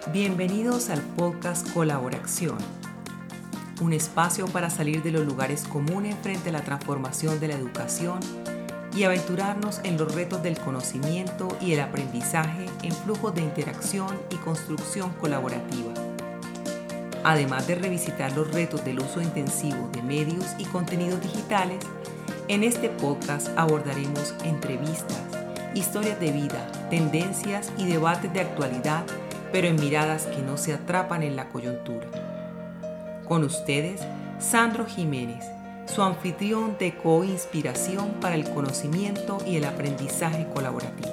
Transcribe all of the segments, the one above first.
Bienvenidos al podcast Colaboración, un espacio para salir de los lugares comunes frente a la transformación de la educación y aventurarnos en los retos del conocimiento y el aprendizaje en flujos de interacción y construcción colaborativa. Además de revisitar los retos del uso intensivo de medios y contenidos digitales, en este podcast abordaremos entrevistas, historias de vida, tendencias y debates de actualidad, pero en miradas que no se atrapan en la coyuntura. Con ustedes, Sandro Jiménez, su anfitrión de co-inspiración para el conocimiento y el aprendizaje colaborativo.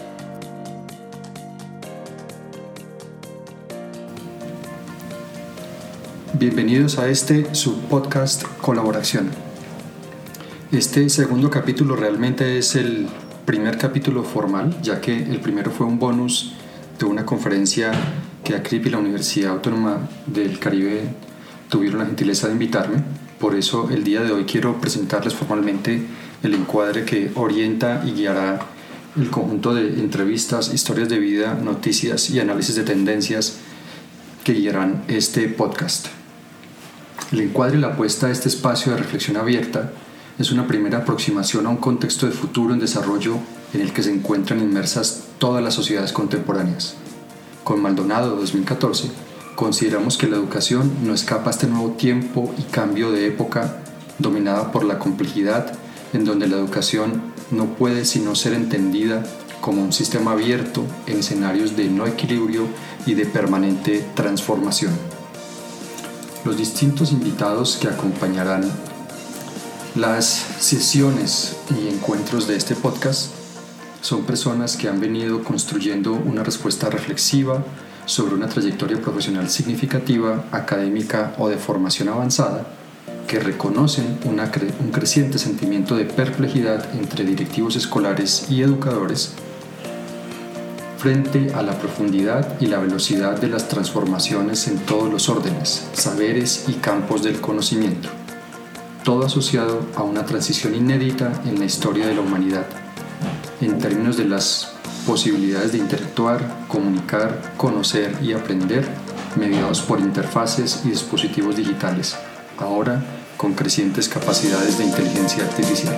Bienvenidos a este subpodcast Colaboración. Este segundo capítulo realmente es el primer capítulo formal, ya que el primero fue un bonus de una conferencia que ACRIP y la Universidad Autónoma del Caribe tuvieron la gentileza de invitarme. Por eso el día de hoy quiero presentarles formalmente el encuadre que orienta y guiará el conjunto de entrevistas, historias de vida, noticias y análisis de tendencias que guiarán este podcast. El encuadre y la apuesta a este espacio de reflexión abierta es una primera aproximación a un contexto de futuro en desarrollo en el que se encuentran inmersas todas las sociedades contemporáneas. Con Maldonado 2014, consideramos que la educación no escapa a este nuevo tiempo y cambio de época dominada por la complejidad, en donde la educación no puede sino ser entendida como un sistema abierto en escenarios de no equilibrio y de permanente transformación. Los distintos invitados que acompañarán las sesiones y encuentros de este podcast son personas que han venido construyendo una respuesta reflexiva sobre una trayectoria profesional significativa, académica o de formación avanzada, que reconocen un creciente sentimiento de perplejidad entre directivos escolares y educadores frente a la profundidad y la velocidad de las transformaciones en todos los órdenes, saberes y campos del conocimiento, todo asociado a una transición inédita en la historia de la humanidad, en términos de las posibilidades de interactuar, comunicar, conocer y aprender mediados por interfaces y dispositivos digitales, ahora con crecientes capacidades de inteligencia artificial.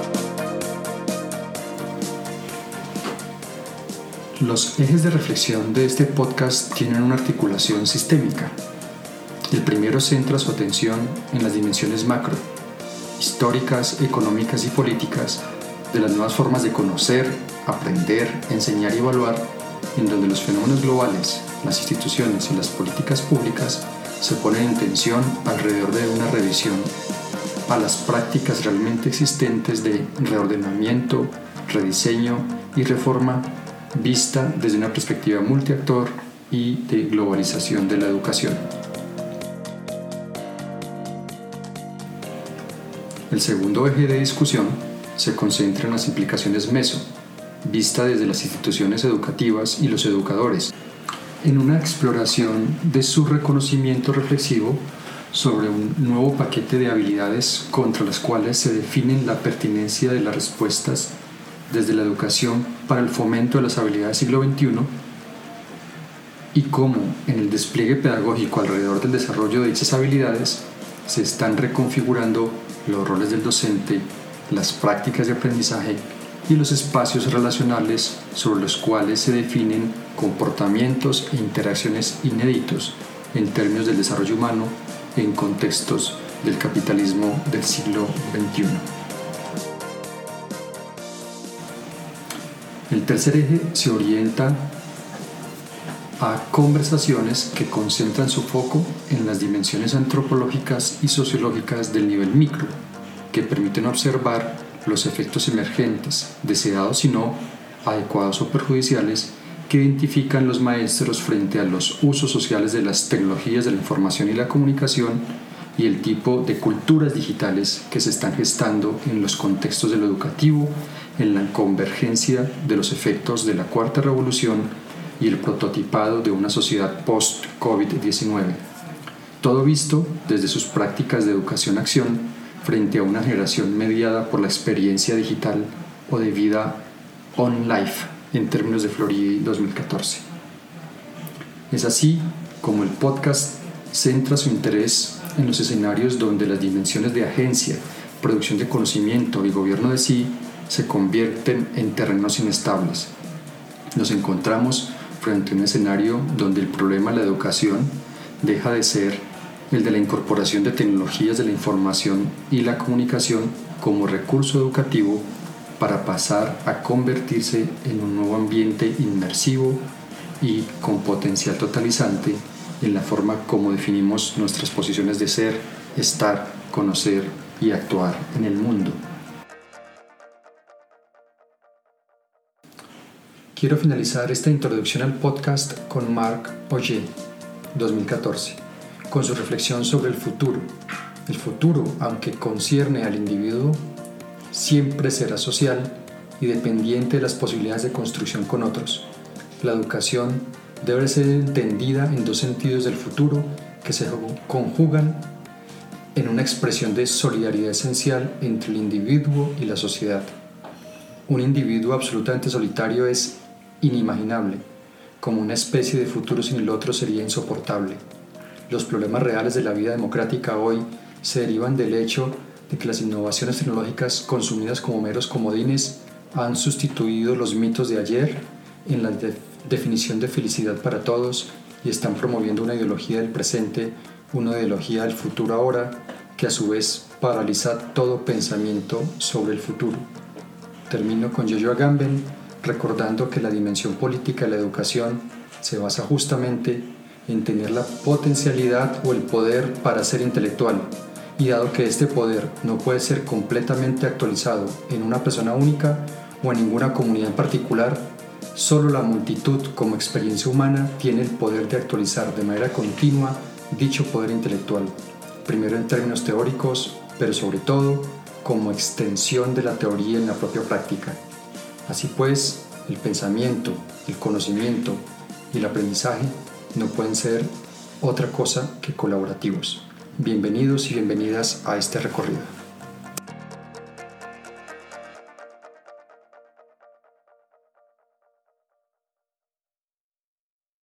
Los ejes de reflexión de este podcast tienen una articulación sistémica. El primero centra su atención en las dimensiones macro, históricas, económicas y políticas de las nuevas formas de conocer, aprender, enseñar y evaluar, en donde los fenómenos globales, las instituciones y las políticas públicas se ponen en tensión alrededor de una revisión a las prácticas realmente existentes de reordenamiento, rediseño y reforma vista desde una perspectiva multiactor y de globalización de la educación. El segundo eje de discusión se concentra en las implicaciones meso, vista desde las instituciones educativas y los educadores, en una exploración de su reconocimiento reflexivo sobre un nuevo paquete de habilidades contra las cuales se definen la pertinencia de las respuestas desde la educación para el fomento de las habilidades siglo XXI y cómo en el despliegue pedagógico alrededor del desarrollo de dichas habilidades se están reconfigurando los roles del docente, las prácticas de aprendizaje y los espacios relacionales sobre los cuales se definen comportamientos e interacciones inéditos en términos del desarrollo humano en contextos del capitalismo del siglo XXI. El tercer eje se orienta a conversaciones que concentran su foco en las dimensiones antropológicas y sociológicas del nivel micro, que permiten observar los efectos emergentes, deseados y no, adecuados o perjudiciales, que identifican los maestros frente a los usos sociales de las tecnologías de la información y la comunicación y el tipo de culturas digitales que se están gestando en los contextos de lo educativo, en la convergencia de los efectos de la cuarta revolución y el prototipado de una sociedad post-COVID-19. Todo visto desde sus prácticas de educación-acción frente a una generación mediada por la experiencia digital o de vida on life en términos de Floridi 2014. Es así como el podcast centra su interés en los escenarios donde las dimensiones de agencia, producción de conocimiento y gobierno de sí se convierten en terrenos inestables. Nos encontramos frente a un escenario donde el problema de la educación deja de ser el de la incorporación de tecnologías de la información y la comunicación como recurso educativo para pasar a convertirse en un nuevo ambiente inmersivo y con potencial totalizante en la forma como definimos nuestras posiciones de ser, estar, conocer y actuar en el mundo. Quiero finalizar esta introducción al podcast con Marc Augé, 2014, con su reflexión sobre el futuro. El futuro, aunque concierne al individuo, siempre será social y dependiente de las posibilidades de construcción con otros. La educación debe ser entendida en dos sentidos del futuro que se conjugan en una expresión de solidaridad esencial entre el individuo y la sociedad. Un individuo absolutamente solitario es inimaginable, como una especie de futuro sin el otro sería insoportable. Los problemas reales de la vida democrática hoy se derivan del hecho de que las innovaciones tecnológicas consumidas como meros comodines han sustituido los mitos de ayer en la definición de felicidad para todos y están promoviendo una ideología del presente, una ideología del futuro ahora, que a su vez paraliza todo pensamiento sobre el futuro. Termino con Joshua Agamben recordando que la dimensión política de la educación se basa justamente en tener la potencialidad o el poder para ser intelectual, y dado que este poder no puede ser completamente actualizado en una persona única o en ninguna comunidad en particular, solo la multitud como experiencia humana tiene el poder de actualizar de manera continua dicho poder intelectual, primero en términos teóricos, pero sobre todo como extensión de la teoría en la propia práctica. Así pues, el pensamiento, el conocimiento y el aprendizaje no pueden ser otra cosa que colaborativos. Bienvenidos y bienvenidas a este recorrido.